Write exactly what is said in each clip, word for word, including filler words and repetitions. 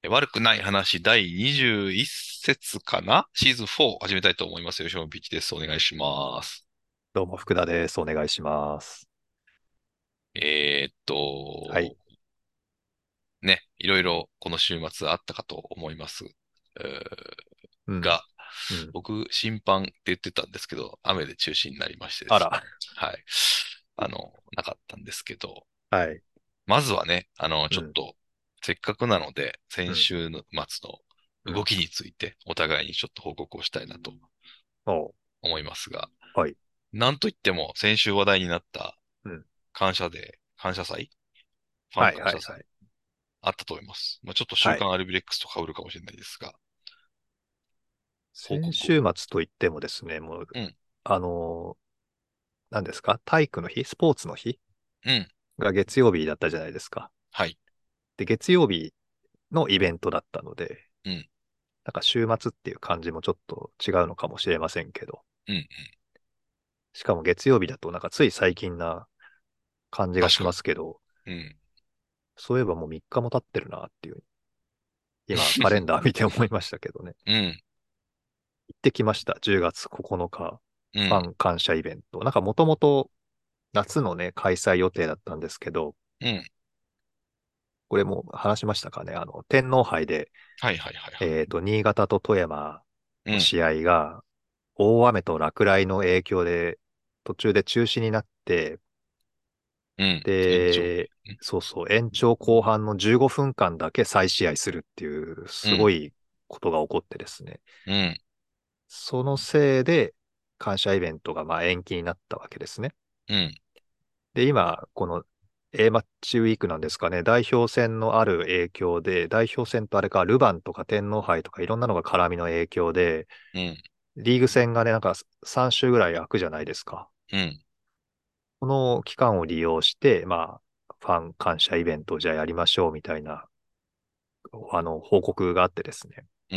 悪くない話だいにじゅういっ節かなシーズンフォー始めたいと思いますよ。吉本ピッチです。お願いします。 どうも、福田です。お願いします。 えーっはい。 と、ね、いろいろこの週末あったかと思います。えーうん。 が、 うん。 僕、審判って言ってたんですけど、雨で中止になりましてですね。 あら。 はい。あの、なかったんですけど、 はい。 まずはね、あの、 うん。 ちょっと、せっかくなので、 うん。 先週の末の動うん。 きについて、お互いにちょっと報告をしたいなとおう。 思いますが、 はい。 なんといっても先週話題になったうん。 感謝デー、感謝祭ファンはい、はい、 感謝祭はい。 あったと思います。まあ、ちょっと週はい。 刊アルビレックスと被るかもしれないですが、報告を。 先週末といってもですね、もう、 うん、 あのー何ですか体育の日スポーツの日うん、 が月曜日だったじゃないですか。 はい、 で、月曜日のイベントだったので、 うん、 なんか週末っていう感じもちょっと違うのかもしれませんけど、 うん、うん。 しかも月曜日だとなんかつい最近な感じがし確かますけど、 に。うん。 そういえばもうみっかも経ってるなっていう、今カレンダー見て思いましたけどね。 うん、 行ってきました。じゅうがつここのか、 うん、 ファン感謝イベント。なんかもともと夏のね、開催予定だったんですけど、 うん。 これも話しましたかね。あの、天皇杯で、 はいはいはいはい。 えっと、新潟と富山うん、 の試合が、大雨と落雷の影響で、途中で中止になって、 うん。延長。 で、そうそう、延長後半のじゅうごふんかんだけ再試合するっていう、 うん、 すごいことが起こってですね。 うん、 そのせいで、感謝イベントがまあ延期になったわけですね。 うん、 で、今、この A マッチウィークなんですかね、代表戦のある影響で、代表戦とあれか、ルヴァンとか天皇杯とかいろんなのが絡みの影響で、 うん、 リーグ戦がね、なんかさん週ぐらい空くじゃないですか。 うん。 この期間を利用して、まあ、ファン感謝イベントをじゃあやりましょうみたいな、あの、報告があってですね、 うん。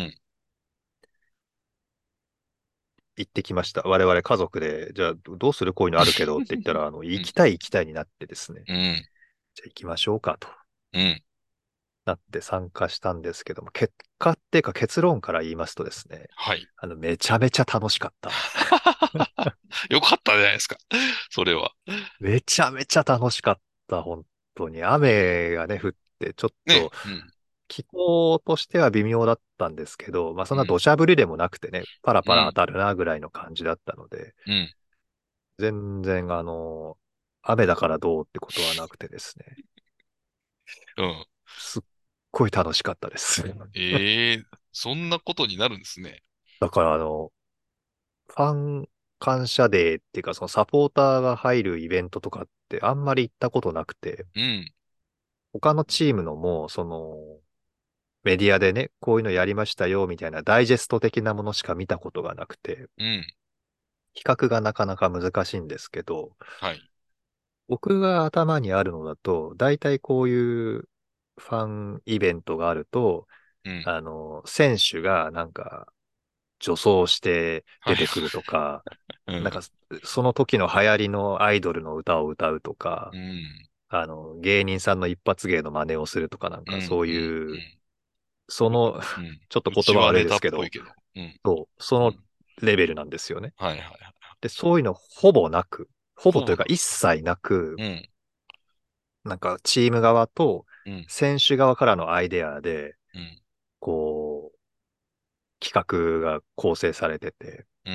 行ってきました。我々家族で、じゃあどうするこういうのあるけどって言ったら、あの、 うん、 行きたい行きたいになってですね、 うん、 じゃあ行きましょうかと。 うん。 なって参加したんですけども、結果っていうか結論から言いますとですね、 はい。 あの、めちゃめちゃ楽しかった。 よかったじゃないですか。それは。 めちゃめちゃ楽しかった、本当に。雨がね、降って、ちょっとね。うん、 気候としては微妙だったんですけど、まあそんな土うん、 砂降りでもなくてね、パラパラ当うん、 たるなぐらいの感じだったので、 うん、 全然あの、雨だからどうってことはなくてですね、 うん。 すっごい楽しかったです。 ええ、そんなことになるんですね。 だからあの、ファン感謝デーっていうか、そのサポーターが入るイベントとかってあんまり行ったことなくて、 うん、 他のチームのも、その、メディアでね、こういうのやりましたよ、みたいなダイジェスト的なものしか見たことがなくて、 うん。 比較がなかなか難しいんですけど、 はい。 僕が頭にあるのだと、大体こういうファンイベントがあると、 うん。 あの、選手がなんか女装してはい。 出てくるとか、 うん。 なんかその時の流行りのアイドルの歌を歌うとか、 うん。 あの、芸人さんの一発芸の真似をするとかなんうん。うかそうん。 いう、その、 うん。うん。 ちょっとう言葉悪いちはネタですけど、 っぽいけど。うん。 そう、そのうん。 レベルなんですよね。 はいはいはい。 で、そういうのほぼなく、ほぼというか一そうなんだ。 切なく、 うん。 なんかチーム側とうん。 選手側からのアイデアで、 うん。 こう、企画が構成されてて、 うん。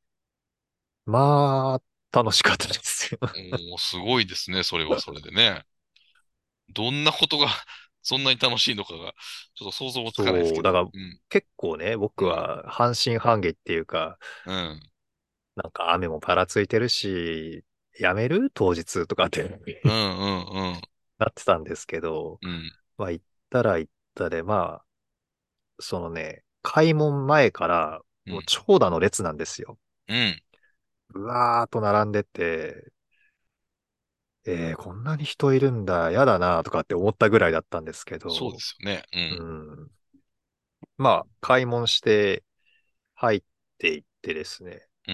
まあ、楽しかったですよ。 おー、すごいですね。それはそれでね。どんなことがそんなに楽しいのかが、ちょっと想像もつかないですそう、 けど。 だからうん。 結構ね、僕うん。 は半信半疑っていうか、 うん。 なんか雨もパラついてるし、やめる当日とかってうんうんうん。 なってたんですけど、 うん。 まあ行ったら行ったで、まあ、そのね、開門前からもううん。 長蛇の列なんですよ。 うん。 うわーっと並んでて、えー、こんなに人いるんだ、やだなとかって思ったぐらいだったんですけそうでど、 すよね。ううん。 ん。まあ、開門して入っていってですね、 うん。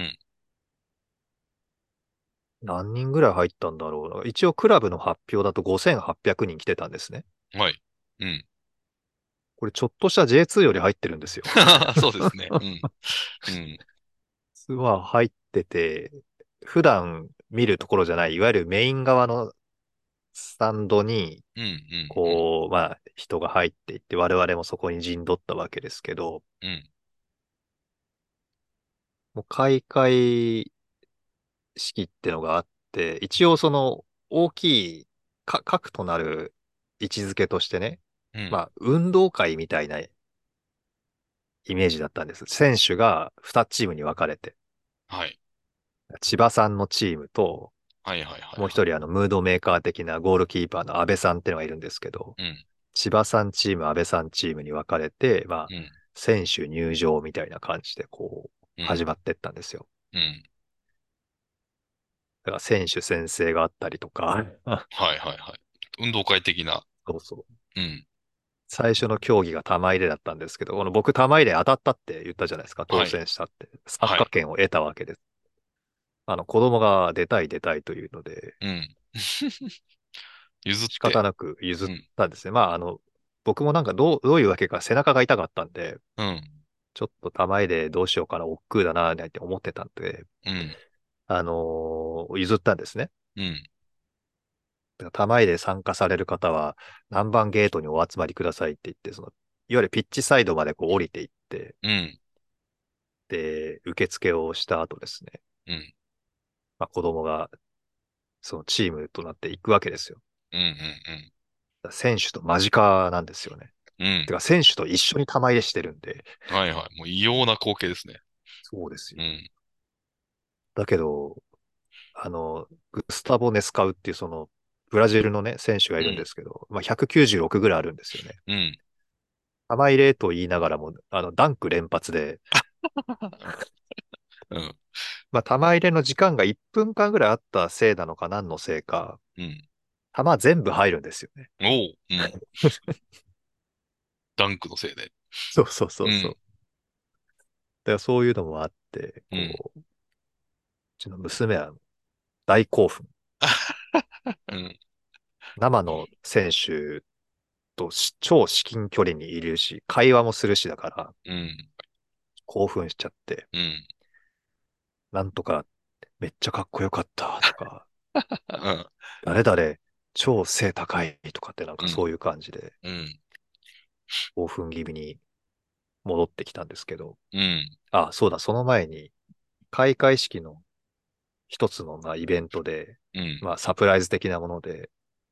何人ぐらい入ったんだろう。一応クラブの発表だとごせんはっぴゃくにん来てたんですね。 はい。うん。 これちょっとした ジェイツー より入ってるんですよ。 そうですね。うん。うん。 ツアー入ってて、普段見るところじゃない、いわゆるメイン側のスタンドに、 うん。うん。 こう、まあ、人が入っていって、我々もそこに陣取ったわけですけど、 うん。 もう開会式ってのがあって、一応その大きいか核となる位置づけとしてね、 うん。 まあ、運動会みたいなイメージだったんです。選手がにチームに分かれて、 はい。 千葉さんのチームと、 はいはいはいもうはい。 一人あの、ムードメーカー的なゴールキーパーの安倍さんっていうのがいるんですけど、 うん。 千葉さんチーム、安倍さんチームに分かれて、まあ、 うん。 選手入場みたいな感じで、こう、 うん。 始まってったんですよ。 うん。 だから選手宣誓があったりとか、 はいはいはい。運動会的な。 そうそう。 うん。 最初の競技が玉入れだったんですけど、この僕玉入れ当たったって言ったじゃないですか、当はい。 選したって。参はい。 加権を得たわけです。あの、子供が出たい出たいというので、 うん。譲っ仕方て。 なく譲っうん。 たんですね。まあ、あの、僕もなんかどう、どういうわけか背中が痛かったんで、 うん。 ちょっと玉入れどうしようかな、億劫だな、なんて思ってたんで、 うん。 あのー譲ったんですね。 うん。 だから玉入れ参加される方は何番ゲートにお集まりくださいって言って、その、いわゆるピッチサイドまでこう降りていって、 うん。 で、受付をした後ですね、 うん。 まあ、子供がそのチームとなっていくわけですよ。 うん。うん。 だから選手と間近なんですよね。 うん。 てか選手と一緒に玉入れしてるんで、 はいはい。もう異様な光景ですね。 そうですよ。 うん。 だけど、あの、グスタボ・ネスカウっていうその、ブラジルのね、選手がいるんでうん。 すけど、まあ、ひゃくきゅうじゅうろくぐらいあるんですよね。 うん。 玉入れと言いながらも、あの、ダンク連発で、 うん。 まあ、玉入れの時間がいっぷんかんぐらいあったせいなのか何のせいか、 うん。 玉全部入るんですよね。 おう。うん。ダンクのせいで。 そうそうそうん。 うそう。だからそういうのもあって、 うん。 こう、うちの娘は大興奮。 うん。 生の選手とし超至近距離にいるし、会話もするしだから、 うん。 興奮しちゃって、 うん。 なんとか、めっちゃかっこよかったとか、 うん。 誰々、超背高いとかってなんうん。 かそういう感じで、 うん。 興奮気味に戻ってきたんですけど、 うん。 あ、そうだ、その前に、開会式の一つのまあイベントで、 うん。 まあサプライズ的なもので、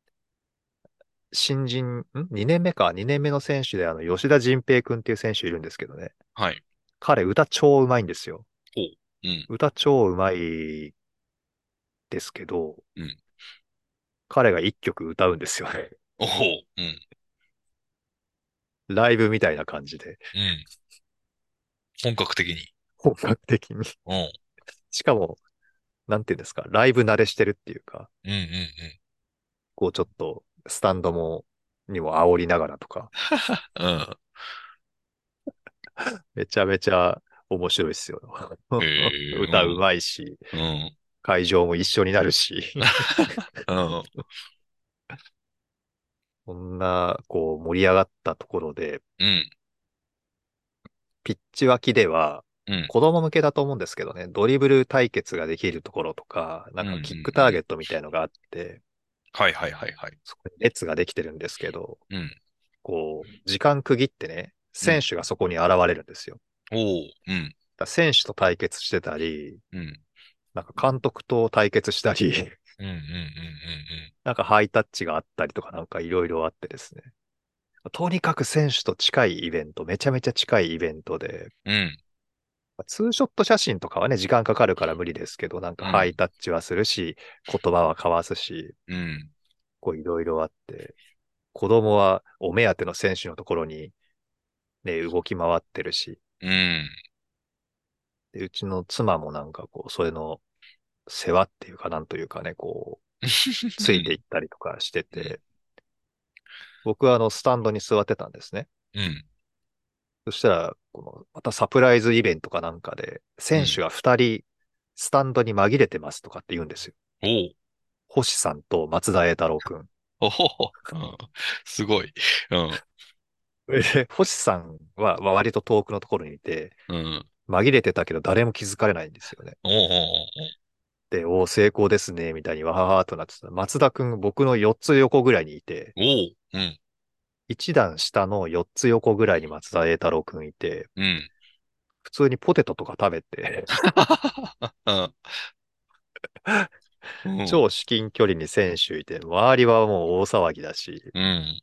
新人、ん ?に 年目か、にねんめの選手で、あの、吉田迅平くんっていう選手いるんですけどね。 はい。 彼、歌超うまいんですよ。 ほう。うん。 歌超うまいですけど、 うん。 彼が一曲歌うんですよね。 おほう。うん。 ライブみたいな感じで、 うん。本格的に。 本格的に。 うん。 しかも、なんていうんですか、ライブ慣れしてるっていうか、 うん。うん。 こうちょっと、スタンドも、にも煽りながらとか、 うん。 めちゃめちゃ面白いっすよ。 へ歌うえ、 まいし、 うん。うん。 会場も一緒になるし、 うん。 こんな、こう、盛り上がったところで、 うん。 ピッチ脇では、 うん。 子供向けだと思うんですけどね、ドリブル対決ができるところとか、なうん。うん。うんかキックターゲん。 ットみたいのがあって、 はいはいはいはい。 そこに列ができてるんですけど、 うん。 こう、時間区切ってね、 うん。 選手がそこに現れるんですよ。 おお。うん。 だから選手と対決してたり、 うん。 なんか監督と対決したり、 うん。うん。うん。 なんかハイタッチがあったりとかなんかいろいろあってですね。とにかく選手と近いイベント、めちゃめちゃ近いイベントで、 うん。うん。 ツーショット写真とかはね、時間かかるから無理ですけど、なんかハイタッチはするし、言葉は交わすし、 うん。 こういろいろあって、子供はお目当ての選手のところにね、動き回ってるし、 うん。 で、うちの妻もなんかこう、それの世話っていうかなんというかね、こう、ついていったりとかしてうん。 て、僕はあの、スタンドに座ってたんですね。 うん。 そしたら、この、またサプライズイベントかなんかで、 うん。 選手がふたり、スタンドに紛れてますとかって言うんですよ。 おお。 星さんと松田栄太郎くん。 おほほ。うん。すごい。うん。 で星さんはまあ割と遠くのところにいて、 うん。 紛れてたけど誰も気づかれないんですよね。 おうおうで、おー成功ですね、みたいにわははーとなってた。松田くん、僕のよっつ横ぐらいにいて、 おう。おう。うん。 一段下のよっつ横ぐらいに松田栄太郎くんいて、 うん。 普通にポテトとか食べて、 うん。 超至近距離に選手いて、周りはもう大騒ぎだし、 うん。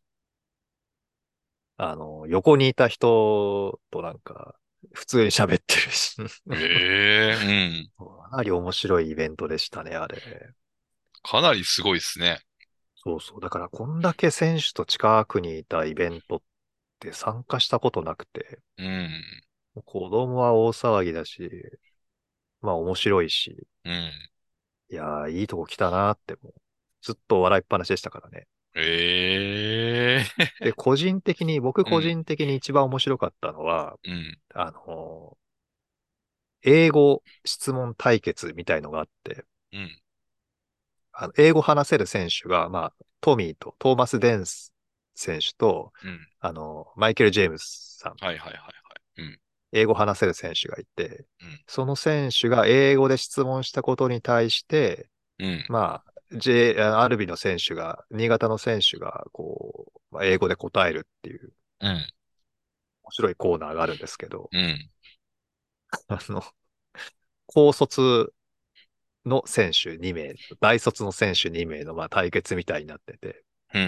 あの、横にいた人となんか、普通に喋ってるし、 ええ、うん。 かなり面白いイベントでしたね、あれ。 かなりすごいですね。 そうそう。だから、こんだけ選手と近くにいたイベントって参加したことなくて、 うん。 子供は大騒ぎだし、まあ面白いし、 うん。 いやー、いいとこ来たなーってもう、ずっと笑いっぱなしでしたからね。 ええ、 で、個人的に、僕うん。 個人的に一番面白かったのは、 うん。 あの、英語質問対決みたいのがあって、 うん。 あの英語話せる選手が、まあ、トミーとトーマス・デンス選手と、 うん。 あの、マイケル・ジェームスさん、 はいはいはいはい。うん。 英語話せる選手がいて、 うん。 その選手が英語で質問したことに対して、 うん。 まあ、J、アルビの選手が、新潟の選手が、こう、まあ英語で答えるっていううん。 面白いコーナーがあるんですけど、 うん。 あの、高卒の選手に名、大卒の選手に名のまあ対決みたいになってて、 うん。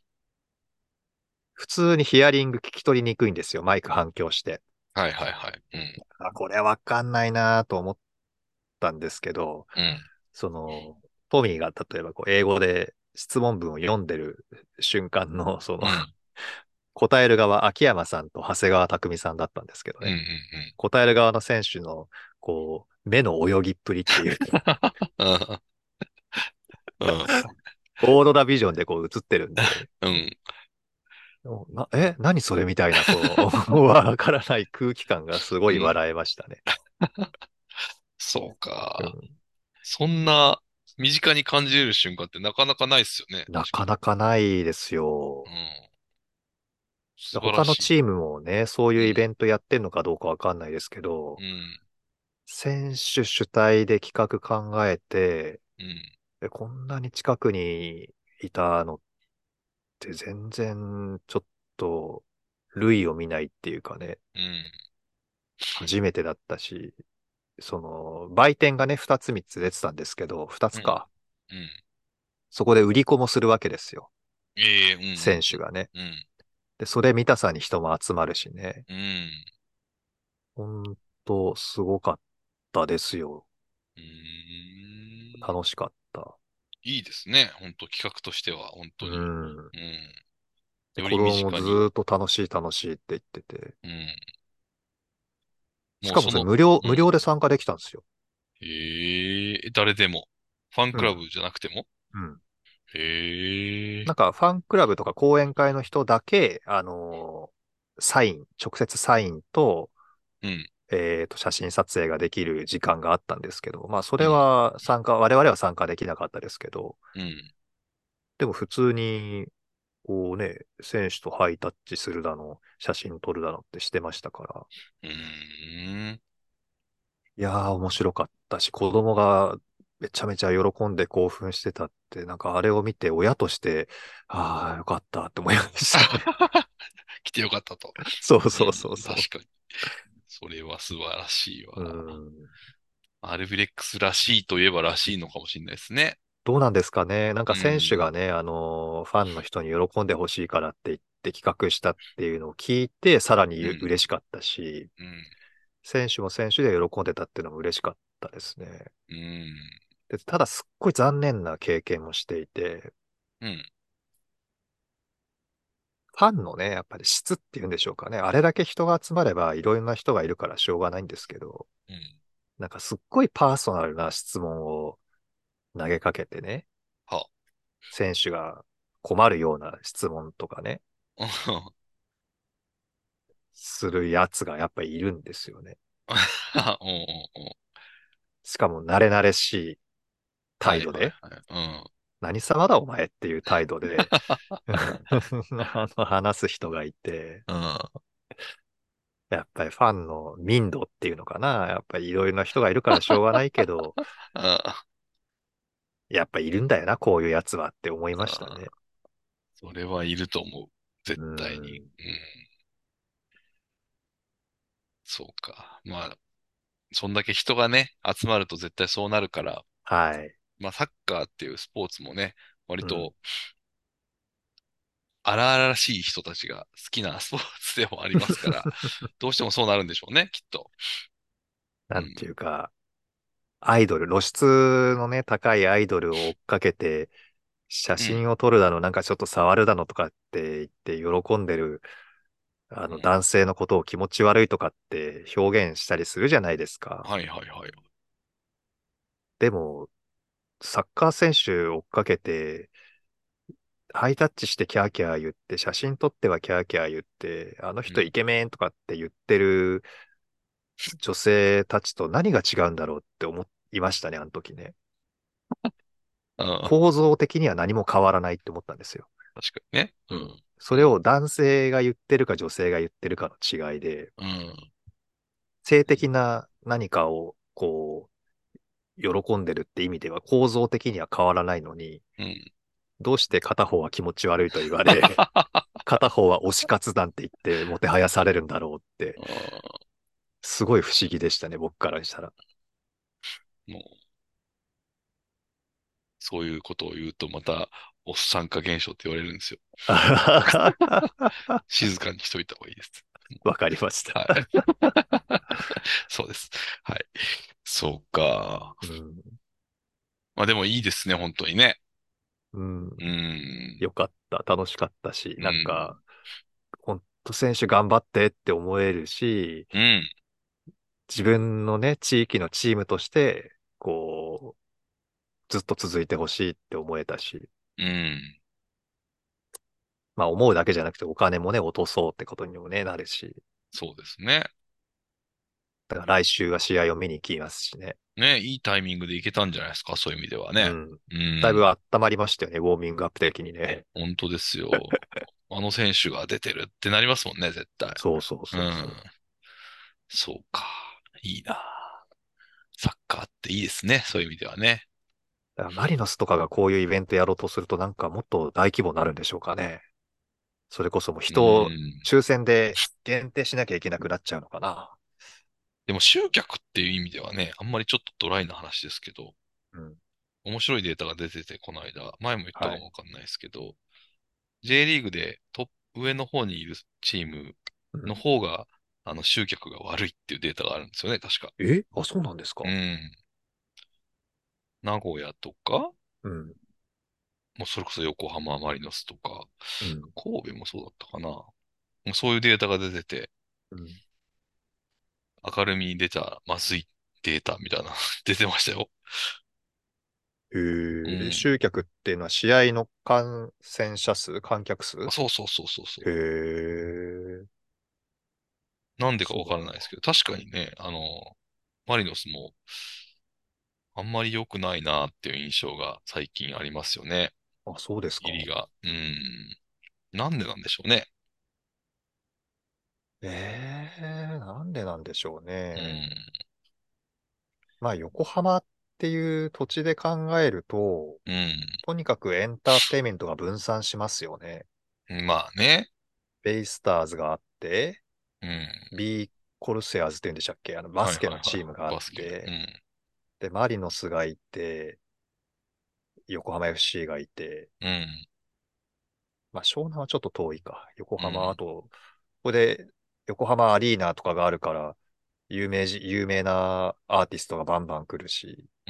普通にヒアリング聞き取りにくいんですよ、マイク反響して。 はいはいはい。うん。 あ、これわかんないなと思ったんですけど、 うん。 その、トミーが例えばこう英語で質問文を読んでる瞬間の、その、 うん。 答える側、秋山さんと長谷川匠さんだったんですけどうん。うね。 ん。 答える側の選手の、こう、目の泳ぎっぷりっていうか、 うん。うん。 オーロラビジョンでこう映ってるんで、 うん。 な、え、何それみたいな、このわからない空気感がすごうん。 い笑えましたね。 そうか。 うん、 そんな身近に感じれる瞬間ってなかなかないっすよね。 なか確かなかないですに。 よ。 うん。素晴らしい。 他のチームもね、そういうイベうん。 ントやってんのかどうかわかんないですけど、 うん。 選手主体で企画考えて、 うん。 えこんなに近くにいたのって全然ちょっと類を見ないっていうかね、 うん。 初めてだったし、その、売店がね、二つ三つ出てたんですけど、二うん。 つか。 うん。 そこで売り子もするわけですよ。 ええ、うん選手がね。 うんうん。 で、それ見たさに人も集まるしね。 うん。うん。 ほんと、すごかったですよ。 うーん。 楽しかった。 いいですね。本当企画としては、本う当に。 ん。 うん。 で、 より身子供もず近に。 ーっと楽しい楽しいって言ってて。 うん。 しかももうその、 それ無料、無料でうん。 参加できたんですよ。 へえ、誰でも。ファンうん。 クラブじゃなくても。 うん。 へえ。 なんか、ファンクラブとか講演会の人だけ、あのーサイン、直接サインと、 うん。 えっと、写真撮影ができる時間があったんですけど、まあ、それうん。 は参加、我々は参加できなかったですけど、 うん。 でも普通に、こうね、選手とハイタッチするだの、写真撮るだのってしてましたから、 うーん。 いやー、面白かったし、子供がめちゃめちゃ喜んで興奮してたって、なんかあれを見て親として、ああ、よかったって思いましたね。 来てよかったと。 そうそうそううん。 そ確かに。それは素晴らしいう。うわ。 ん。 アルビレックスらしいといえばらしいのかもしれないですね。 どうなんですかね。なんうか選手ん。 がね、あのーファンの人に喜んでほしいからって言って企画したっていうのを聞いて、さらにうん。 嬉しかったし、 うん。 選手も選手で喜んでたっていうのも嬉しかったですね。 うん。 で、ただすっごい残念な経験もしていて、 うん。 ファンのね、やっぱり質っていうんでしょうかね。あれだけ人が集まればいろんな人がいるからしょうがないんですけど、 うん。 なんかすっごいパーソナルな質問を投げかけてね、 は。 選手が困るような質問とかね、するやつがやっぱりいるんですよね。 おうおうおう、 しかも慣れ慣れしいはいはい態度で。 はい。 何様だお前っていう態度であの話す人がいて、 うん。 やっぱりファンの民度っていうのかな。やっぱりいろいろな人がいるからしょうがないけど、 うん。 やっぱいるんだよな、こういうやつはって思いましたね。 あーそれはいると思う。絶う対に。 ん。 うん。そうか。まあ、そんだけ人がね、集まると絶対そうなるから、 はい。 まあ、サッカーっていうスポーツもね、割うん。 と荒々しい人たちが好きなスポーツでもありますから、どうしてもそうなるんでしょうね、きっと。うなんていん。 うか、アイドル、露出のね、高いアイドルを追っかけて、写うん。 真を撮るだの、なんかちょっと触るだのとかって言って喜んでる、あのうん。 男性のことを気持ち悪いとかって表現したりするじゃないですか。 はいはいはい。 でも、サッカー選手追っかけて、ハイタッチしてキャーキャー言って、写真撮ってはキャーキャー言って、あのうん。 人イケメンとかって言ってる女性たちと何が違うんだろうって思いましたね、あの時ね。 うん。 構造的には何も変わらないって思ったんですよ。 確かにね。ううん。 ん。 それを男性が言ってるか女性が言ってるかの違いで、 うん。 性的な何かをこう、喜んでるって意味では構造的には変わらないのに、 うん。 どうして片方は気持ち悪いと言われ、片方は推し活なんて言ってもてはやされるんだろうって、 あすごい不思議でしたね、僕からしたら。 ーもう、そういうことを言うとまた、おっさん化現象って言われるんですよ。静かにしといた方がいいです。 わかりました。 はい。そうです。はい。そうか。 うん、 まあでもいいですね、本当にね。 うん、 うーん。 よかった。楽しかったし、 うなんか、 ん。 本当選手頑張ってって思えるし、 うん。 自分のね、地域のチームとして、こう、ずっと続いてほしいって思えたし、 うん。 まあ思うだけじゃなくてお金もね、落とそうってことにもね、なるし、 そうですね。 だから来週は試合を見に行きますしね。 ね、いいタイミングでいけたんじゃないですか、そういう意味ではね。 うん。 うん。 だいぶ温まりましたよね、ウォーミングアップ的にね。 本当ですよ。あの選手が出てるってなりますもんね、絶対。 そうそううん。 そうそう。 そうか。いいな。サッカーっていいですね、そういう意味ではね。 だからマリノスとかがこういうイベントやろうとするとなんかもっと大規模になるんでしょうかね。それこそもうう人をん。 抽選で限定しなきゃいけなくなっちゃうのかな。 でも集客っていう意味ではね、あんまりちょっとドライな話ですけど、 うん。 面白いデータが出てて、この間、前も言ったはい。 かもわかんないですけど、J リーグでトップ上の方にいるチームのうん。 方が、あの、集客が悪いっていうデータがあるんですよね、確か。 えあ、そうなんですか？ うん。名古屋とか、 うん。 もうそれこそ横浜マリノスとか、 うん。 神戸もそうだったかな。もうそういうデータが出てて、 うん。 明るみに出たまずいデータみたいな出てましたよ。 へえ、 うん。 集客っていうのは試合の観戦者数、観客数？ あそうそうそうそうそう。 へえ、 なんでかわそうなんだ。 からないですけど、確かにね、あの、マリノスもあんまり良くないなっていう印象が最近ありますよね。 あ、そうですか。 入りが。うん。なんでなんでしょうね。 ええ、なんでなんでしょううね。 ん。 まあ、横浜っていう土地で考えると、 うとにかくエンターテインメントが分散しますよね。 ん。まあね。 ベイスターズがあって、 うん。 B コルセアーズって言うんでしたっけ？あの、バスケのはいはいはい。 チームがあっバスケ。うて、 ん。 で、マリノスがいて、横浜 エフシー がいて、 うん。 まあ、湘南はちょっと遠いか。横浜、あうん。 と、ここで横浜アリーナとかがあるから、有名じ、有名なアーティストがバンバン来るし、 うん。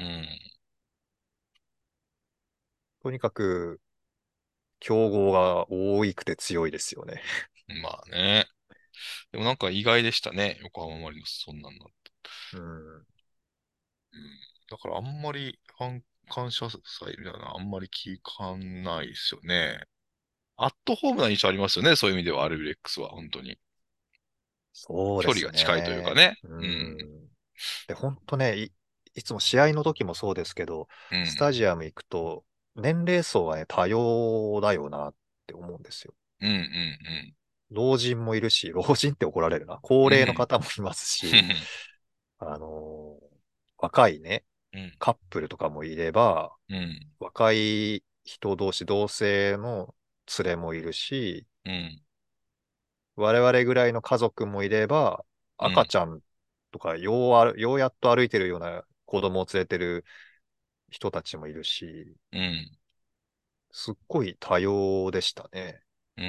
とにかく競合が多くて強いですよね。 まあね。でもなんか意外でしたね。横浜マリノス、そんなんなって。 うん。 うん。だからあんまりファン感謝祭みたいな、あんまり聞かないですよね。アットホームな印象ありますよね。そういう意味では、アルビレックスは、本当に。距離そうですが近いというかね。 ね。 ううん。 ん。で、本当ね、い、いつも試合の時もそうですけど、 うん。 スタジアム行くと、 年齢層はね、多様だよなって思うんですよ。 うんうん老人もいるし、老人って怒られるな。高うん。う齢のん。 方もいますし、あのー若いね、 うん。 カップルとかもいれば、 うん。 若い人同士、同性の連れもいるし、 うん。 我々ぐらいの家族もいれば、 うん。 赤ちゃんとか、ようある、ようやっと歩いてるような子供を連れてる人たちもいるし、 うん。 すっごい多様でしたね。 うん。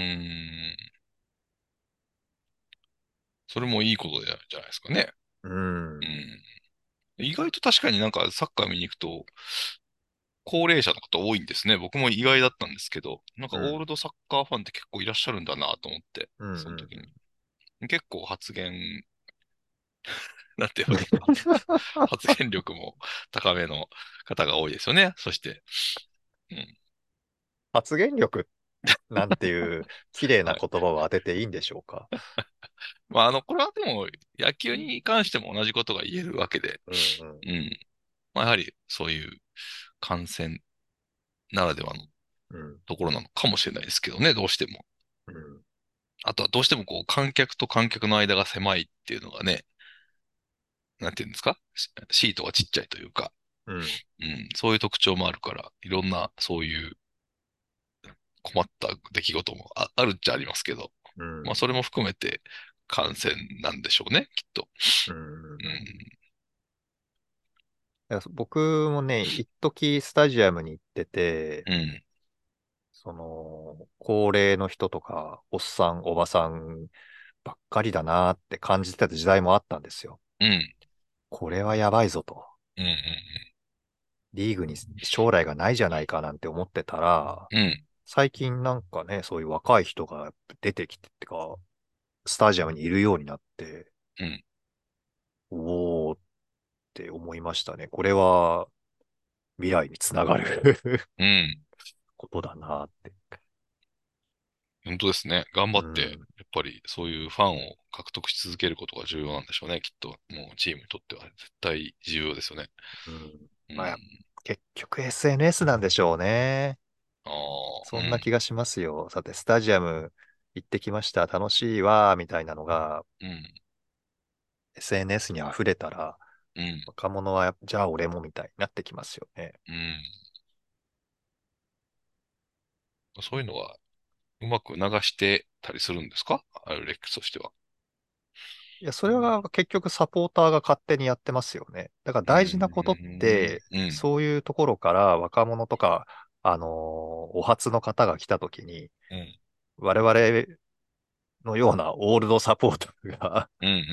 それもいいことじゃじゃないですかね。 うん。 うん。意外と確かになんかサッカー見に行くと、高齢者の方多いんですね。僕も意外だったんですけど、なんかうん。 オールドサッカーファンって結構いらっしゃるんだなと思って、 うん。うん。 その時に。結構発言、なんて言えばいいのか。発言力も高めの方が多いですよね。そして、うん。 発言力なんていう綺麗なはい。 言葉を当てていいんでしょうか？ まあ、あの、これはでも、野球に関しても同じことが言えるわけで、 うん。 うん。まあ、やはり、そういう観戦ならではのうん。うん。 ところなのかもしれないですけどね、どうしても。 うん。 あとはどうしてもこう、観客と観客の間が狭いっていうのがね、なんていうんですかシシートがちっちゃいというか、 うん。 うん、そういう特徴もあるから、いろんなそういう困った出来事もあ、あるっちゃありますけど、まあ、 うん。 それも含めて観戦なんでしょうね、きっと。 うん。 うんいや僕もね、一時スタジアムに行ってて、 うん、 その、高齢の人とか、おっさん、おばさんばっかりだなって感じてた時代もあったんですよ。 うん、 これはやばいぞと。 うん、 リーグに将来がないじゃないかなんて思ってたら、 うん、うん、 最近なんかね、そういう若い人が出てきてってか、スタジアムにいるようになって、 うん、 おーって思いましたね。これは未来につながるうん。 ことだなって。 本当ですね。頑張って、 うん。 やっぱりそういうファンを獲得し続けることが重要なんでしょうね。きっと、もうチームにとっては絶対重要ですよね。 うん。 うん。 まあ、結局 エスエヌエス なんでしょうね。 ああ、 そうん、 んな気がしますよ。さて、スタジアム行ってきました、楽しいわ、みたいなのがうん、 エスエヌエス に溢れたら、 うん、 若者は、じゃあ俺もみたいになってきますよね。 うん。そういうのはうまく流してたりするんですかアルレックスとしては。 いや、それは結局サポーターが勝手にやってますよね。だからう大事なことっん、 て、 うん、 そういうところから若者とか、あのーお初の方が来たときに、 うん、 我々のようなオールドサポーターがうん、うん、うん。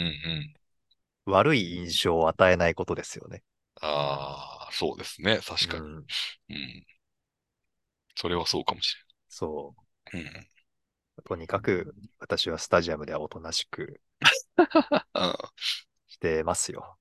悪い印象を与えないことですよね。 ああ、そうですね。確かうん。 に。うん。それはそうかもしそれない。うん。 う。とにかく、私はスタジアムではおとなしくあしてますよ。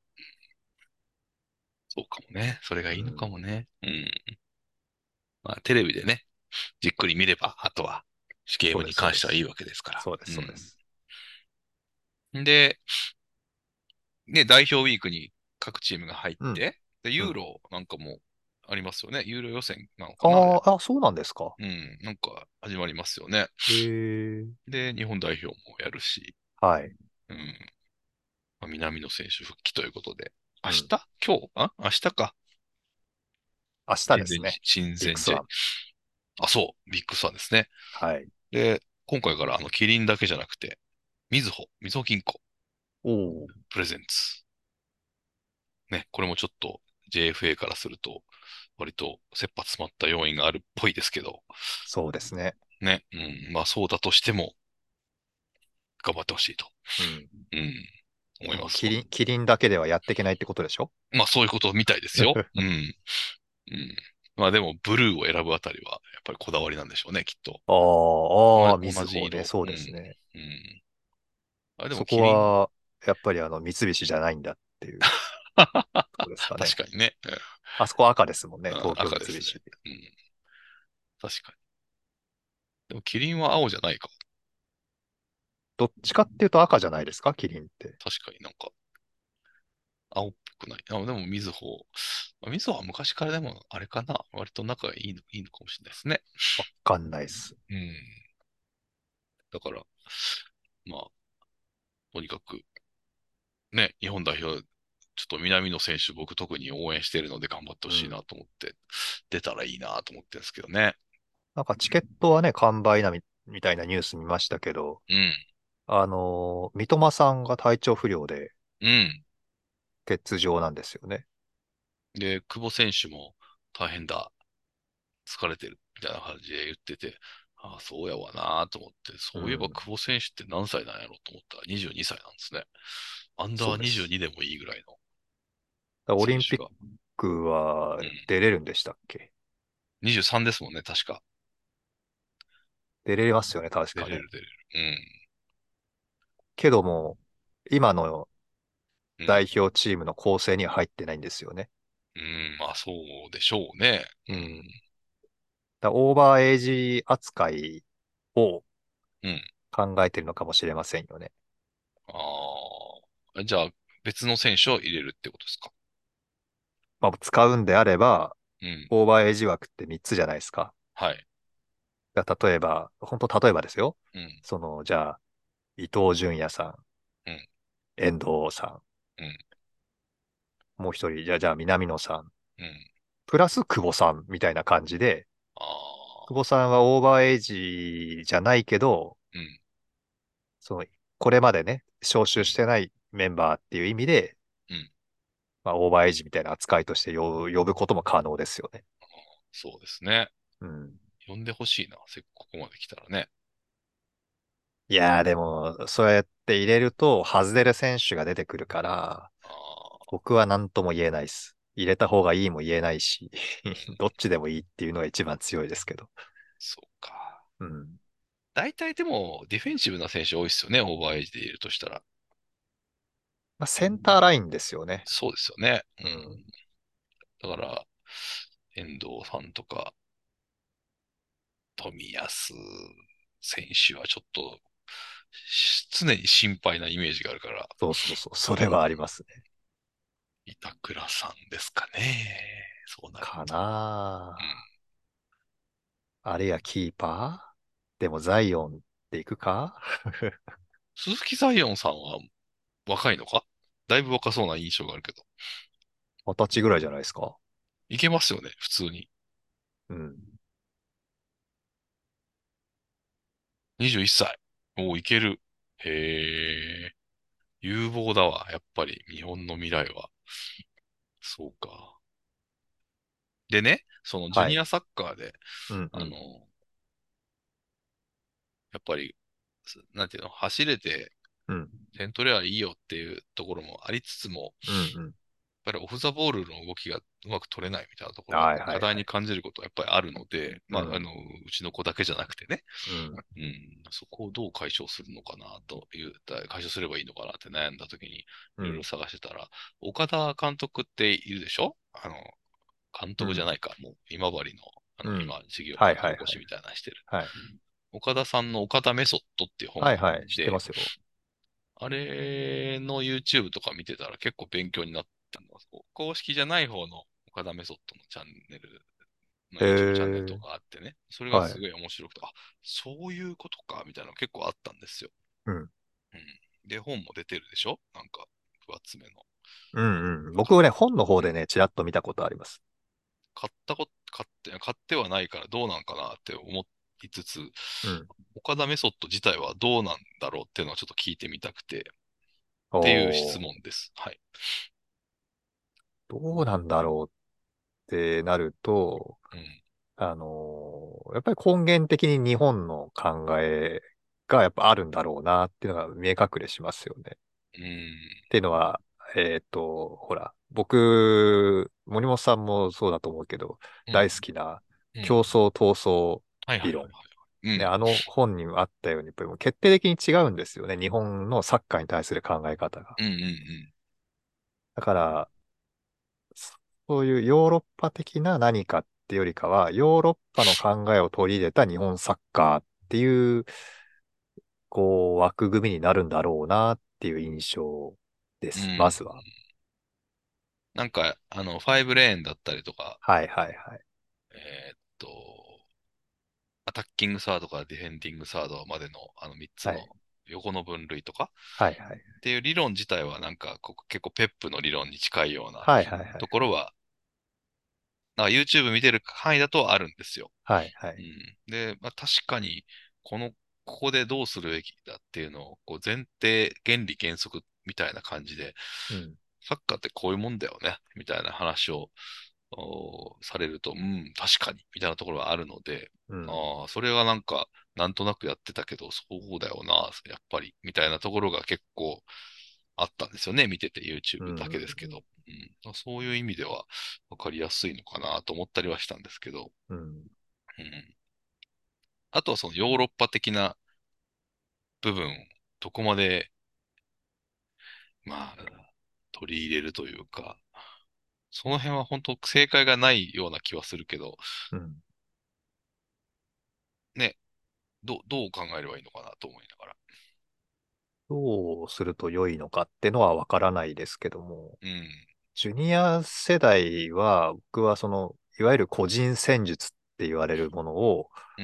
そうかもね。それがいいのかうん。 もね。うん。まあ、テレビでね、じっくり見れば、あとは、ゲームにそうです、そうです。 関してはいいわけですから。 そうです、そうです。 うん。で、ね、代表ウィークに各チームが入っうん。 て、で、ユーうん。 ロなんかもありますよね。ユーロ予選なのかな、あれ。 ああ、あ、そうなんですか。 うん。なんか始まりますよね。 へえ。 で、日本代表もやるし、 はい。 うん。まあ、南野選手復帰ということで。明うん。 日今日あ明日か。 明日親善試、 ですね。 親善試ビッグスワン。 合。あ、そう。ビッグスワンですね。 はい。 で、今回からあの、キリンだけじゃなくて、みずほ、みずほ銀行、 おお。 プレゼンツ。ね、これもちょっと ジェーエフエー からすると、割と切羽詰まった要因があるっぽいですけど、 そうですね。 ね、うん、まあそうだとしても、頑張ってほしいと、 うん。 うん、思います。 もうキリン、キリンだけではやっていけないってことでしょ？ まあそういうことみたいですよ。うん、うん。まあでも、ブルーを選ぶあたりは、やっぱりこだわりなんでしょうね、きっと。 ああ、ああ、 おなみずほね。 同じ色。 そううん、 ですね。 うん。あ、でも、 そこキリン、 は、やっぱりあの、三菱じゃないんだっていうことですかね。 確かにね。 あそこ赤ですもんね。 うん、うん東京三赤ですね。 菱。 うん、確かに。でも、キリンは青じゃないか。 どっちかっていうと赤じゃないですか、キリンって。 確かになんか、青っぽくない。あ、でも、みずほ。まあみずほは昔からでも、あれかな。割と仲がいいの、いいのかもしれないですね。 わかんないっす。 うん。だから、まあ、とにかく、ね、日本代表、ちょっと南野選手、僕特に応援しているので頑張ってほうん。 しいなと思って、出たらいいなと思ってるんですけどね。 なんかチケットはね、完売なみ、みたいなニュース見ましたけど、 うん。 あのー三笘さんが体調不良でうん。 欠場なんですよね。 で、久保選手も大変だ、疲れてる、みたいな感じで言ってて、ああ、そうやわなと思って、そういえばうん。 久保選手って何歳なんやろと思ったらにじゅうにさいなんですね。アンダーそうです。 にじゅうにでもいいぐらいのだオリンピッ選手が。 クはうん。 出れるんでしたっけ？ にじゅうさんですもんね、確か。 出れますよね、確かね。 出れる出れる。うん。 けども、今のうん。 代表チームの構成には入ってないんですよね。 うん。まあ、そうでしょうね。 うん。だオーバーエイジ扱いをうん。うん。 考えてるのかもしれませんよね。 ああ。じゃあ、別の選手を入れるってことですか？ まあ、使うんであれば、 うん。 オーバーエイジ枠ってみっつじゃないですか。 はい。 だ例えば、本当例えばですよ。 うん。 その、じゃあ、伊東純也さん、 うん。 遠藤さうん。 ん、もう一人、じゃあ、じゃあ南野さん、 うん。 プラス久保さんみたいな感じで、 あ久保あ。 さんはオーバーエイジじゃないけど、 うん。 その、これまでね、招うん。 集してないメンバーっていう意味で、 うん。 まあ、オーバーエイジみたいな扱いとして呼ぶ呼ぶことも可能ですよね。 そうですね。 うん。 呼んでほしいな。せっここまで来たらね。 いやーでも、そうやって入れると外れる選手が出てくるから、 ああ。 僕は何とも言えないです。入れた方がいいも言えないし、 うん。 どっちでもいいっていうのが一番強いですけど。 そうか。 うん。 大体でも、ディフェンシブな選手多いですよね。オーバーエイジで入れるとしたら。 まあ、センターラインですよね。 そうですよね。ううん。 ん。だから、遠藤さんとか、冨安選手はちょっと、し常に心配なイメージがあるから、 そうそうそう。そうん。 れはありますね。 板倉さんですかね。そうなるかと。 なうん。 あ。あれやキーパーでもザイオンっていくか？ 鈴木ザイオンさんは若いのか？だいぶ若そうな印象があるけど。 二十歳ぐらいじゃないですか？ いけますよね、普通に。 うん。 にじゅういっさい。おお、いける。へえ。有望だわ。やっぱり、日本の未来は。そうか。でね、そのジュはい。 ニアサッカーで、あの、 うんうん。 やっぱり、すなんていうの、走れてうん。 点取ればいいよっていうところもありつつも、 うんうん。 やっぱりオフザボールの動きがうまく取れないみたいなところははいはいはい。 課題に感じることはやっぱりあるので、まあ、あうん。 の、うちの子だけじゃなくてね、 うん。 うん、そこをどう解消するのかなという、だ解消すればいいのかなって悩んだ時にいろいろうん。 探してたら、岡田監督っているでしょ？あの、監うん。 督じゃないか、もう今治の、あの、 うん。 今、事業はい巻きはいはい。 起こしみたいなのしてる。 はい。 岡田さんの岡田メソッドっていう本があっはいはい。知ってまて、 すよ。 あれの YouTube とか見てたら結構勉強になったの。公式じゃない方の岡田メソッドのチャンネルのへ YouTube チャンネルとえ。 かあってね、それがはい。 すごい面白くて、あ、そういうことか、みたいなの結構あったんですよ。 うん。 うん。で、本も出てるでしょ？なんか、分厚めの。 うんうん。 か、 僕ね、本のうん。 方でね、ちらっと見たことあります。 買ったこと、買って、買ってはないからどうなんかなって思いつつ、 うん。 岡田メソッド自体はどうなんだろうっていうのをちょっと聞いてみたくて、っていう質おー。 問です。はい。 どうなんだろうってなると、 うん。 あのーやっぱり根源的に日本の考えがやっぱあるんだろうなっていうのが見え隠れしますよね。っうん。 ていうのは、えっと、ほら、僕、森本さんもそうだと思うけど、大好うん。 きなうん。 競争闘争はいはいはい理論。 はい。うね、 ん。 あの本にもあったように、やっぱりもう決定的に違うんですよね。日本のサッカーに対する考え方が。 うんうんうん。 だから、そういうヨーロッパ的な何かってよりかは、ヨーロッパの考えを取り入れた日本サッカーっていう、こう、枠組みになるんだろうなっていう印象でうす。まずは。 ん。 なんか、あの、ファイブレーンだったりとか、 はいはいはい。 えーっと、アタッキングサードからディフェンディングサードまでのあのみっつのはい。 横の分類とかはいはい。 っていう理論自体はなんかこ結構ペップの理論に近いようなはいはいはい。 ところは、なんか YouTube 見てる範囲だとあるんですよ。 はいはい。 うん。で、まあ、確かに、この、ここでどうするべきだっていうのを、こう前提、原理原則みたいな感じで、 うん。 サッカーってこういうもんだよね、みたいな話をおされると、うん、確かに、みたいなところがあるので、 うん。 ああ、それはなんか、なんとなくやってたけど、そうだよな、やっぱり、みたいなところが結構あったんですよね、見ててう YouTube だけですけん。 ど。うん、そういう意味では分かりやすいのかなと思ったりはしたんですけど、 うん。 うん、あとはそのヨーロッパ的な部分をどこまで、まあ、取り入れるというか、その辺は本当正解がないような気はするけど、 うん。 ね、どう、どう考えればいいのかなと思いながら。 どうすると良いのかってのはわからないですけども、 うん、 ジュニア世代は、僕はその、いわゆる個人戦術って言われるものを、 うん、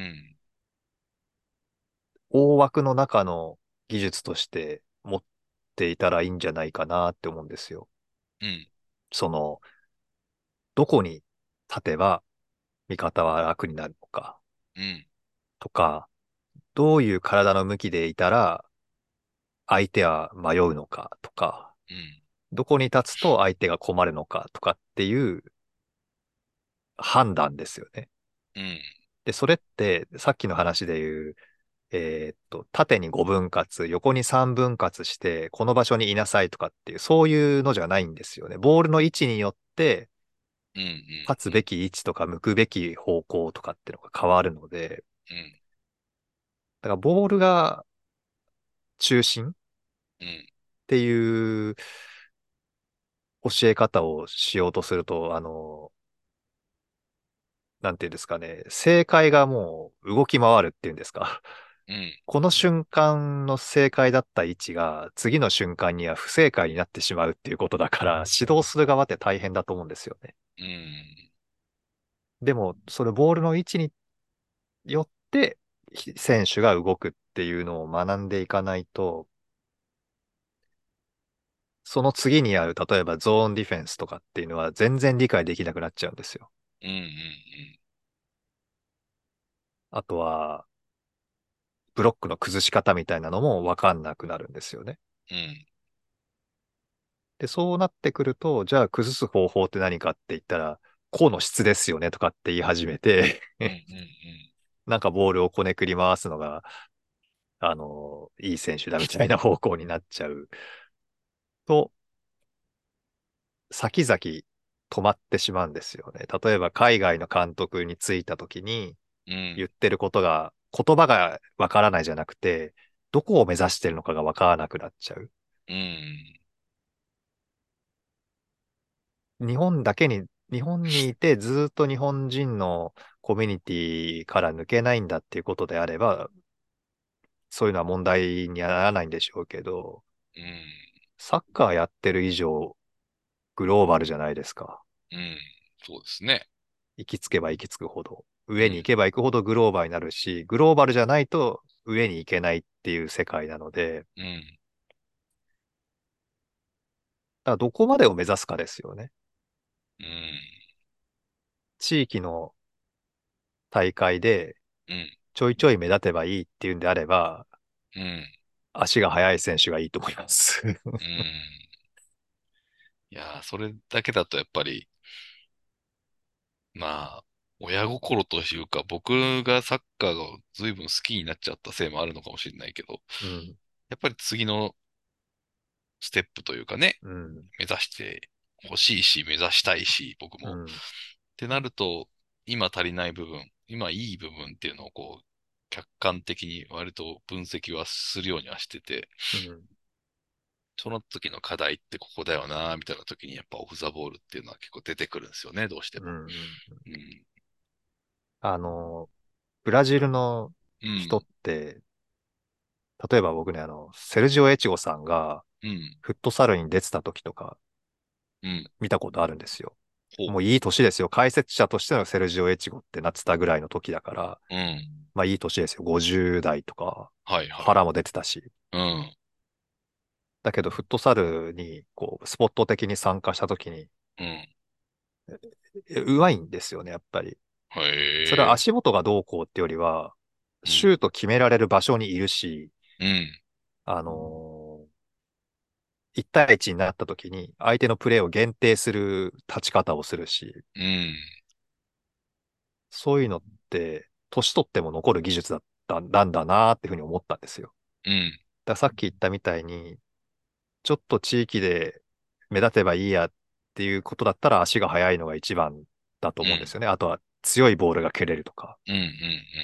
大枠の中の技術として持っていたらいいんじゃないかなって思うんですよ。 うん、 その、どこに立てば味方は楽になるのかうん、 とか、どういう体の向きでいたら相手は迷うのかとか、 うん、 どこに立つと相手が困るのかとかっていう判断ですよね。 うん、 で、それってさっきの話で言う、えーっと、縦にごぶん割、横にさんぶん割して、この場所にいなさいとかっていう、そういうのじゃないんですよね。ボールの位置によって、 うん、うん、 立つべき位置とか向くべき方向とかっていうのが変わるので、 うん、 だからボールが中心っうん、 ていう教え方をしようとすると、あの、なんていうんですかね、正解がもう動き回るっていうんですか。 うん、 この瞬間の正解だった位置が次の瞬間には不正解になってしまうっていうことだから、指導する側って大変だと思うんですよね。 うん、 でも、それボールの位置によってひ選手が動くっていうのを学んでいかないと、その次にある、例えばゾーンディフェンスとかっていうのは全然理解できなくなっちゃうんですよ。 うん、 あとは、ブロックの崩し方みたいなのもわかんなくなるんですよね。 うん、 で、そうなってくると、じゃあ崩す方法って何かって言ったら、個の質ですよねとかって言い始めてうん、うん、うん、 なんかボールをこねくり回すのが、あの、いい選手だみたいな方向になっちゃうと、先々止まってしまうんですよね。例えば海外の監督に就いた時にうん、 言ってることが、言葉がわからないじゃなくて、どこを目指してるのかがわからなくなっちゃう。 うん、 日本だけに、日本にいてずっと日本人のコミュニティから抜けないんだっていうことであれば、そういうのは問題にはならないんでしょうけど、 うん、 サッカーやってる以上、グローバルじゃないですか。 うん、そうですね。 行きつけば行き着くほど。 うん、 上に行けば行くほどグローバルになるし、グローバルじゃないと上に行けないっていう世界なので、 うん、 だからどこまでを目指すかですよね。 うん、 地域の大会でうん、 ちょいちょい目立てばいいっていうんであれば、 うん、 足が速い選手がいいと思います。 うん。いやー、それだけだとやっぱり、まあ、親心というか、僕がサッカーが随分好きになっちゃったせいもあるのかもしれないけど、 うん、 やっぱり次のステップというかね、 うん、 目指してほしいし、目指したいし、僕も。 うん、 ってなると、今足りない部分、今いい部分っていうのをこう、客観的に割と分析はするようにはしてて、 うん、 その時の課題ってここだよな、みたいな時にやっぱオフザボールっていうのは結構出てくるんですよね、どうしてうん。 も。 うんうん。 あの、ブラジルの人っうん。 て、例えば僕ね、あの、セルジオ・エチゴさんがうん。 フットサルに出てた時とか、 うん。 見たことあるんですよ。 ほう。 もういい年ですよ。解説者としてのセルジオ・エチゴってなってたぐらいの時だから、 うん。 まあいい年ですよ。ごじゅう代とか、 はいはい。 パラも出てたし。 うん。 だけど、フットサルに、こう、スポット的に参加した時に、 うん。 えうまいんですよね、やっぱり。それはへえ。 足元がどうこうってよりは、 うん。 シュート決められる場所にいるし、 うん。 あのー、いち対いちになった時に相手のプレーを限定する立ち方をするし、 うん。 そういうのって、年取っても残る技術だったんだんだなっていうふうに思ったんですよ。 うん。 だからさっき言ったみたいに、ちょっと地域で目立てばいいやっていうことだったら足が速いのが一番だとうん。 思うんですよね。あとは強いボールが蹴れるとか。 うん。うん。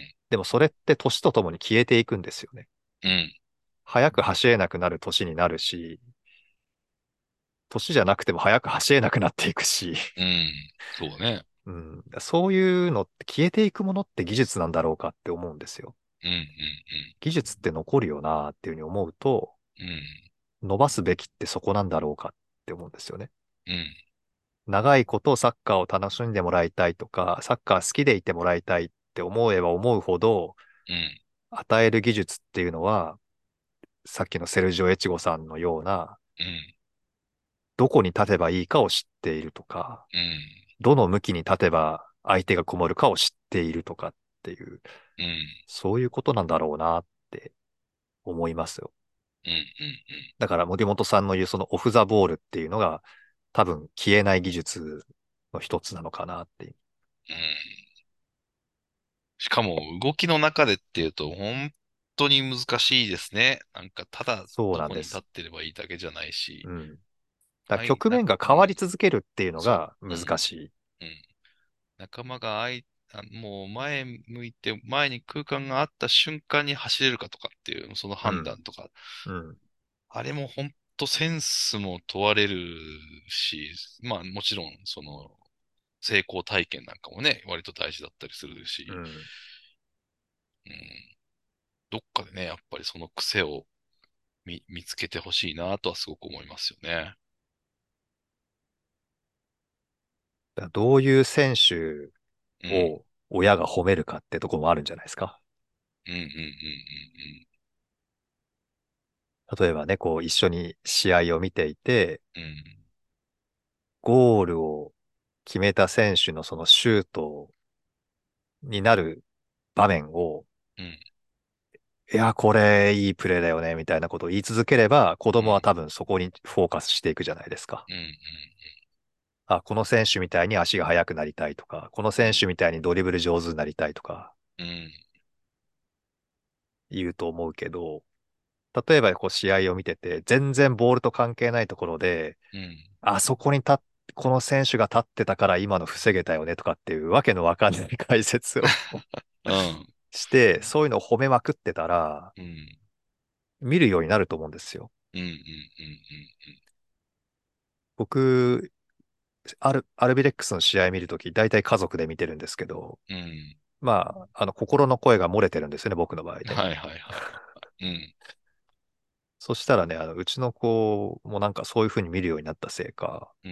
でもそれって年とともに消えていくんですよね。 うん。 速く走れなくなる年になるし、年じゃなくても速く走れなくなっていくし、 うん。そうね。 うん、そういうのって消えていくものって技術なんだろうかって思うんですよ。 うん。うん。 技術って残るよなっていうふうに思うと、 うん。 伸ばすべきってそこなんだろうかって思うんですよね。 うん。 長いことサッカーを楽しんでもらいたいとか、サッカー好きでいてもらいたいって思えば思うほど、 うん。 与える技術っていうのは、さっきのセルジオ・エチゴさんのような、 うん。 どこに立てばいいかを知っているとか、 うん。 どの向きに立てば相手がこもるかを知っているとかっていう、 うん。 そういうことなんだろうなって思いますよ。 うん。うん。 だから森本さんの言うそのオフ・ザ・ボールっていうのが多分消えない技術の一つなのかなっていう。 うん。しかも動きの中でっていうと本当に難しいですね。なんかただそうどこに立っなんです。 てればいいだけじゃないし。 うん。だからはい、な、 局面がうん。 変わり続けるっていうのそがう。うん。 難しい。 うん。仲間があい、あもう前向いて、前に空間があった瞬間に走れるかとかっていう、そのうん。 判断とか、 うん。 あれも本当センスも問われるし、まあもちろん、その、成功体験なんかもね、割と大事だったりするし、 うん。 うん、どっかでね、やっぱりその癖を見、見つけてほしいなとはすごく思いますよね。 だからどういう選手うん。 を親が褒めるかってとこもあるんじゃないですか。 うんうんうん例えばね、こう一緒に試合を見ていて、 うんうん。 ゴールを決めた選手のそのシュートになる場面を、 うんうんいや、これいいプレーだよね、みたいなことを言い続ければ、子供はうん多分そこにフォーカスしていくじゃないですか。 うんあ、この選手みたいに足が速くなりたいとか、この選手みたいにドリブル上手になりたいとかうんうん言うと思うけど、例えばこう試合を見てて、全然ボールと関係ないところで、 うんあそこに立っこの選手が立ってたから今の防げたよねとかっていうわけのわかんない解説をうんして、そういうのを褒めまくってたら、 うん見るようになると思うんですよ。 うんうんうん僕、アル、アルビレックスの試合見るとき、大体家族で見てるんですけど、 うんうん。 まあ、あの、心の声が漏れてるんですよね、僕の場合ね。 はいはいはい。うん。 そしたらね、あの、うちの子もなんかそういうふうに見るようになったせいか、 うん。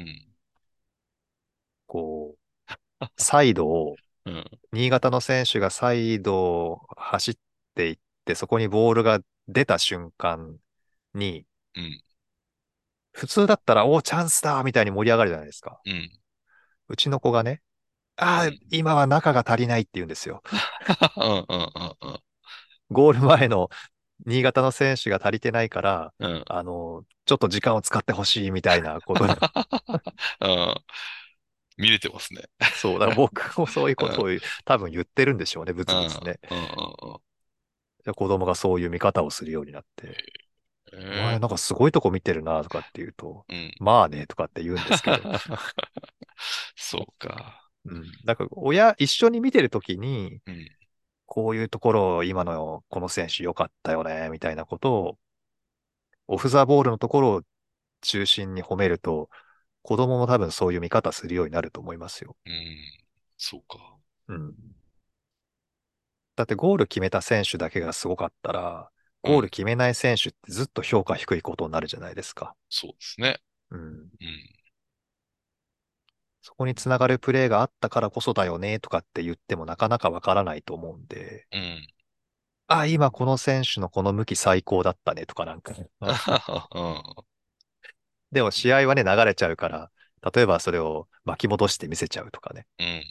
こう、サイドを、 うん。 新潟の選手がサイドを走っていって、そこにボールが出た瞬間に、 うん。 普通だったら、おー、チャンスだみたいに盛り上がるじゃないですか。 うん。 うちの子がね、ああ、 うん。 今は中が足りないって言うんですよ。 うんうんうんゴール前の新潟の選手が足りてないから、 うん。うん。 あの、ちょっと時間を使ってほしいみたいなことで、 うん。見れてますね。 そう、だから僕もそういううん。 ことを多分言ってるんでしょうね、ブうん。 ツブツね。 うんうんで子供がそういう見方をするようになって、 うん。 お前えなんかすごいとこ見てるなとかって言うと、 ー、うん。 まあねとかって言うんですけど、 そうか。 うん。だから親一緒に見てるときに、 うん。 こういうところを今のこの選手良かったよね、みたいなことを、オフザボールのところを中心に褒めると、子供も多分そういう見方するようになると思いますよ。 うん。そうか。 うん。だってゴール決めた選手だけがすごかったら、 うん。 ゴール決めない選手ってずっと評価低いことになるじゃないですか。 そうですね。 うん。 うん。 そこにつながるプレーがあったからこそだよねとかって言ってもなかなかわからないと思うんで、 うん。 あ、今この選手のこの向き最高だったねとかなんか、 うあのん。 でも試合はね、流れちゃうから、例えばそれを巻き戻して見せちゃうとかね。 うん。うん。うん。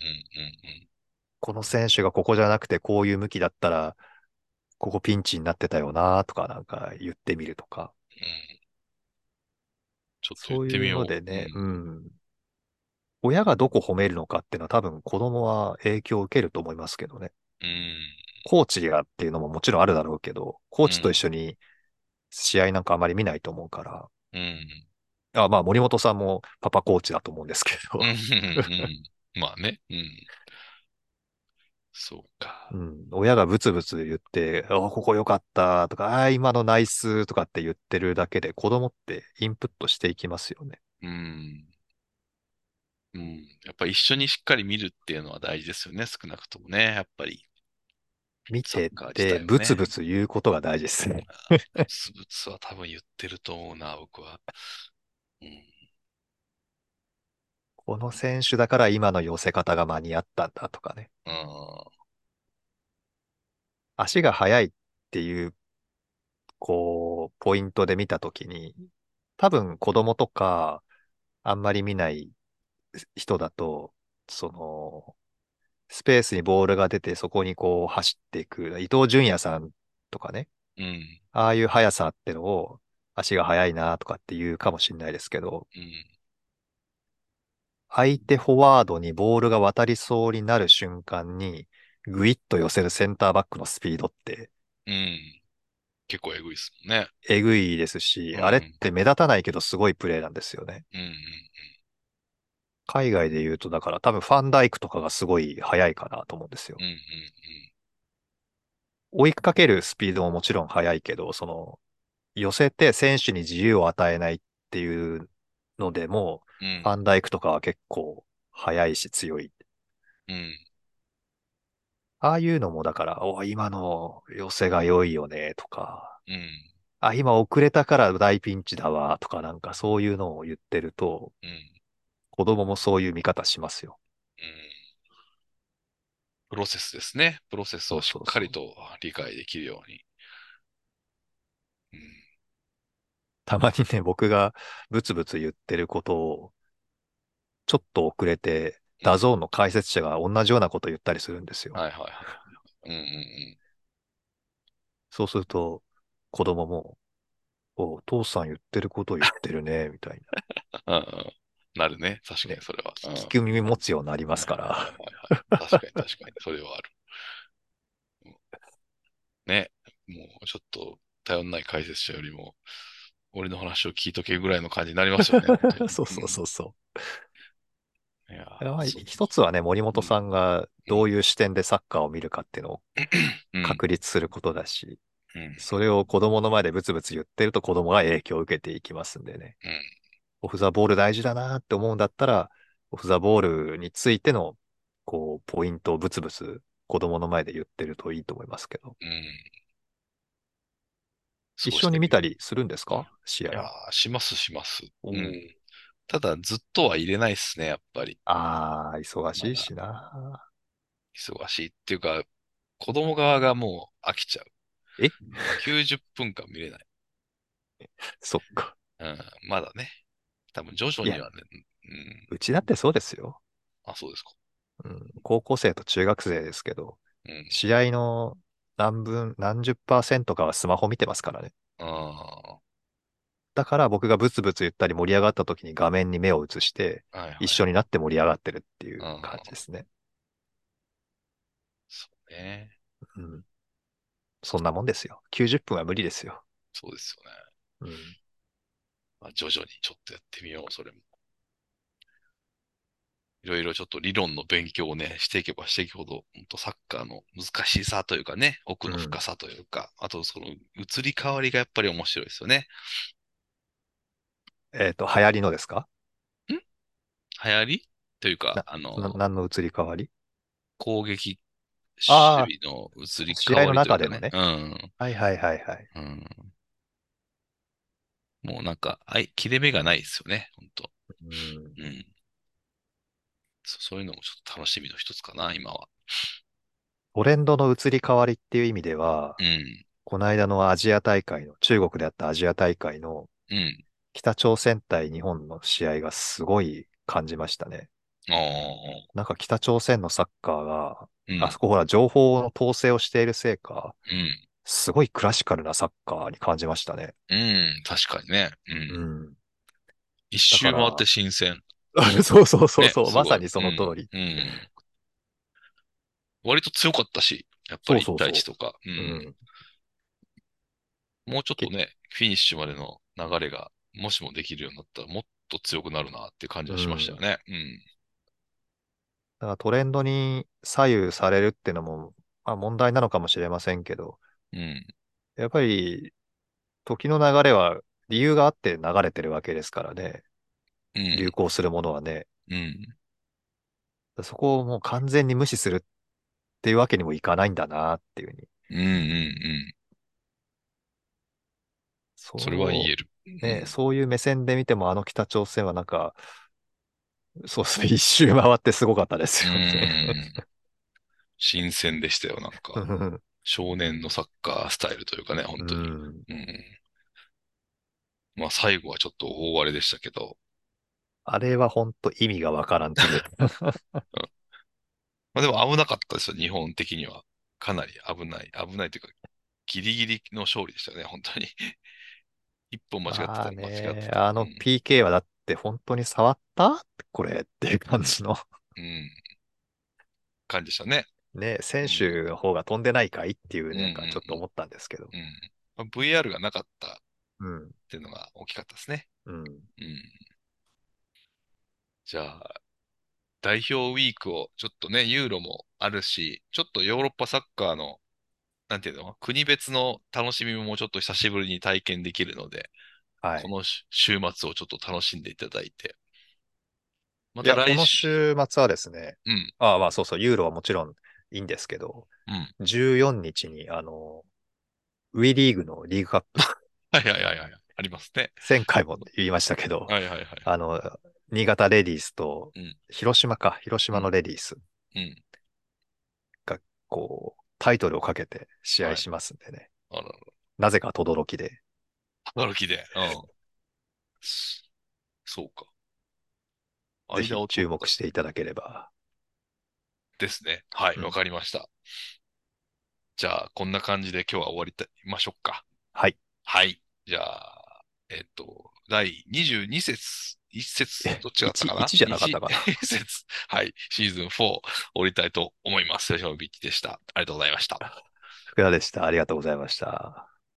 この選手がここじゃなくてこういう向きだったら、ここピンチになってたよなとかなんか言ってみるとか。 うん。ちょっと言っそういうのてみよでね、うう。 ん。親がどこ褒めるのかっていうのは多分子供は影響を受けると思いますけどね。 うん。うん。 コーチがっていうのももちろんあるだろうけど、コーチと一うん。 緒に試合なんかあまり見ないと思うから。 うん。 あ、まあ森本さんもパパコーチだと思うんですけど。 うん。うんまあね。うん。そうか。 うん、親がブツブツ言って、あ、ここ良かったとか、あ、今のナイスとかって言ってるだけで子供ってインプットしていきますよね。 うん。うん。やっぱり一緒にしっかり見るっていうのは大事ですよね。少なくともね。やっぱり、 見てっサッカー自て体をね。 ブツブツ言うことが大事ですね。 ブツブツは多分言ってると思うな、僕は。うん。 この選手だから今の寄せ方が間に合ったんだとかね。 うん。 足が速いっていう、こう、ポイントで見たときに、多分子供とかあんまり見ない人だと、その、スペースにボールが出てそこにこう走っていく、伊東純也さんとかね、 うん。 ああいう速さってのを足が速いなとかって言うかもしれないですけど、 うん。 相手フォワードにボールが渡りそうになる瞬間に、グイッと寄せるセンターバックのスピードってうん。結構えぐいですもんね。 えぐいですし、あれっうん。 て目立たないけどすごいプレーなんですよね。 うん。 海外で言うと、だから多分ファンダイクとかがすごい速いかなと思うんですよ。 うん。うん。 追いかけるスピードももちろん速いけど、その寄せて選手に自由を与えないっていうのでも、 うん。うん。 ファンダイクとかは結構速いし強い。 うん。 ああいうのもだから、お、今の寄せが良いよねとか、 うん。 あ、今遅れたから大ピンチだわとかなんかそういうのを言ってると、 うん。 子供もそういう見方しますよ。 プロセスですね。プロセスそうをしっそうそう。 かりと理解できるように。うん。 たまにね、僕がブツブツ言ってることを、ちょっと遅れて、 うん。 ダゾーンの解説者が同じようなこと言ったりするんですよ。 はいはいはい。うんうんそうすると、子供も、お、父さん言ってること言ってるね、みたいうん。うんうんなるね。確な。ね。 かにそれは。うん。は聞く耳持つようになりますいはいはいから。 はい。確かに確かに。それはある。うんね。もうちょっと頼んない解説者よりも、俺の話を聞いとけぐらいの感じになりますよね。本当に。 そうそうそうそうん。いやー、 う。まあそう。 一つはね、森うん。 本さんがうん。 どういう視点でサッカーを見るかっていうのをうん。 確立することだし、 うん。 それを子供の前でブツブツ言ってると子供が影響を受けていきますんでね。 うん。 オフザボール大事だなって思うんだったら、オフザボールについての、こう、ポイントをブツブツ子供の前で言ってるといいと思いますけど。 うん。 一そうしてみよ緒に見たりするんですう。うん。いか試合？ やー、しますします。 おー。 うん。ただ、ずっとは入れないっすね、やっぱり。 ああ、忙まだ、 しいしな。 忙しいっていうか、子供側がもう飽きちゃう。 えきゅうじゅっぷんかん見れない。 そっか。 うん、まだね。多分徐々 いや、 にはね、うん。 うちだってそうですよ。 あ、そうですか。 うん、高校生と中学生ですけど、 うん。 試合の何分、何十パーセントかはスマホ見てますからね。 あだから僕がブツブツ言ったり盛り上がった時に画面に目を移して、 あ、はいはい一緒になはい。 って盛り上がってるっていう感じああ、 ですね。 そうね。 うん。そんなもんですよ。きゅうじゅっぷんは無理ですよ。 そうですよね。 うん。 まあ、徐々にちょっとやってみよう、それも。いろいろちょっと理論の勉強をね、していけばしていくほど、本当サッカーの難しさというかね、奥うん。 の深さというか、あとその移り変わりがやっぱり面白いですよね。 えっと、流行りのですか？ ん流行りというか、 な、 あの、 な、何の移り変わり？ 攻撃ああ守備の移りー、試合の変わりというかね。 中でのね。 うん。 はいはいはいはい。 うん。もうなんか、あい、切れ目がないですよね、本当。 うん。 うん。 そういうのもちょっと楽しみの一つかな、今は。 トレンドの移り変わりっていう意味では、 うん。 この間のアジア大会の、中国であったアジア大会のうん。 北朝鮮対日本の試合がすごい感じましたね。 ああ、 なんか北朝鮮のサッカーが、 うん。 あそこほら情報の統制をしているせいか、 うん。 すごいクラシカルなサッカーに感じましたね。 うん。確かにね。ううん。 ん。 一だから、 周回って新鮮。 そうそうそうね、 そう、 すごい。 まさにそうん。 の通り。 うん。割と強かったし、やっぱそうりいち対いちそうそとか。うう。うん。 ん。 もうちょっとけ、 ね、フィニッシュまでの流れが、もしもできるようになったら、もっと強くなるなっていう感じはしましたようん。 ね。うん。 だからトレンドに左右されるっていうのも、まあ問題なのかもしれませんけど、 うん。 やっぱり時の流れは理由があって流れてるわけですからね。 うん。 流行するものはね。 うん。 そこをもう完全に無視するっていうわけにもいかないんだなっていうふうに。 うん。うん。うん。それは言そえる。うう、ね、 ん。 そういう目線で見てもあの北朝鮮はなんか、そうですね、一周回ってすごかったでうすよね。 ん。新鮮でしたよ、なんか。少年のサッカースタイルというかね、本う当に。 ん。 うん。まあ最後はちょっと大荒れでしたけど。 あれは本当意味がわからんっていう。 うん。まあでも危なかったですよ、日本的には。かなり危ない。危ないというか、ギリギリの勝利でしたよね、本当に。一本間違ってまあたら間違ってね、 た。 あのうん。 ピーケー はだって本当に触ったこれっていううん。 感じのうん。感じでしたね。 ね、選うん。 手の方が飛んでないかいっていううん。うなんかちょっとん。 思ったんですけど。 うん。うん。まあ ブイアール がなかったっうん。 ていうのが大きかったですね。 うん。 うん。じゃあ、代表ウィークを、ちょっとね、ユーロもあるし、ちょっとヨーロッパサッカーの、なんていうの、国別の楽しみももうちょっと久しぶりに体験できるので、 はい。 このし週末をちょっと楽しんでいただいて、またいや、この来週、 週末はですね、 うん、 ああまあそうそう、ユーロはもちろんいいんですけど、 うん。 じゅうよっかにちにあの、ウィリーグのリーグカップ、 はいはいはいはい。ありますね。 前回も言いましたけど、 はいはいはいはい。 あの、新潟レディースとうん、 広島か、広島のうん、 レディースうん。 が、こう、タイトルをかけて試合はい。 しますんでね。 あらら、 なぜか轟で、 驚きで。うん。そうか。 ぜ間を取ったひ注目していただければ。 ですね。はい、わうん。 かりました。じゃあ、こんな感じで今日は終わりたましょうか。 はい。 はい。じゃあ、えっと、だいにじゅうに節、いち節、 え、 どっちだったいち、 かな？ いちじゃなかったいちかな。 節、はい、シーズンよん終わりたいと思います。吉野美希でした。ありがとうございました。 福田でした。ありがとうございました。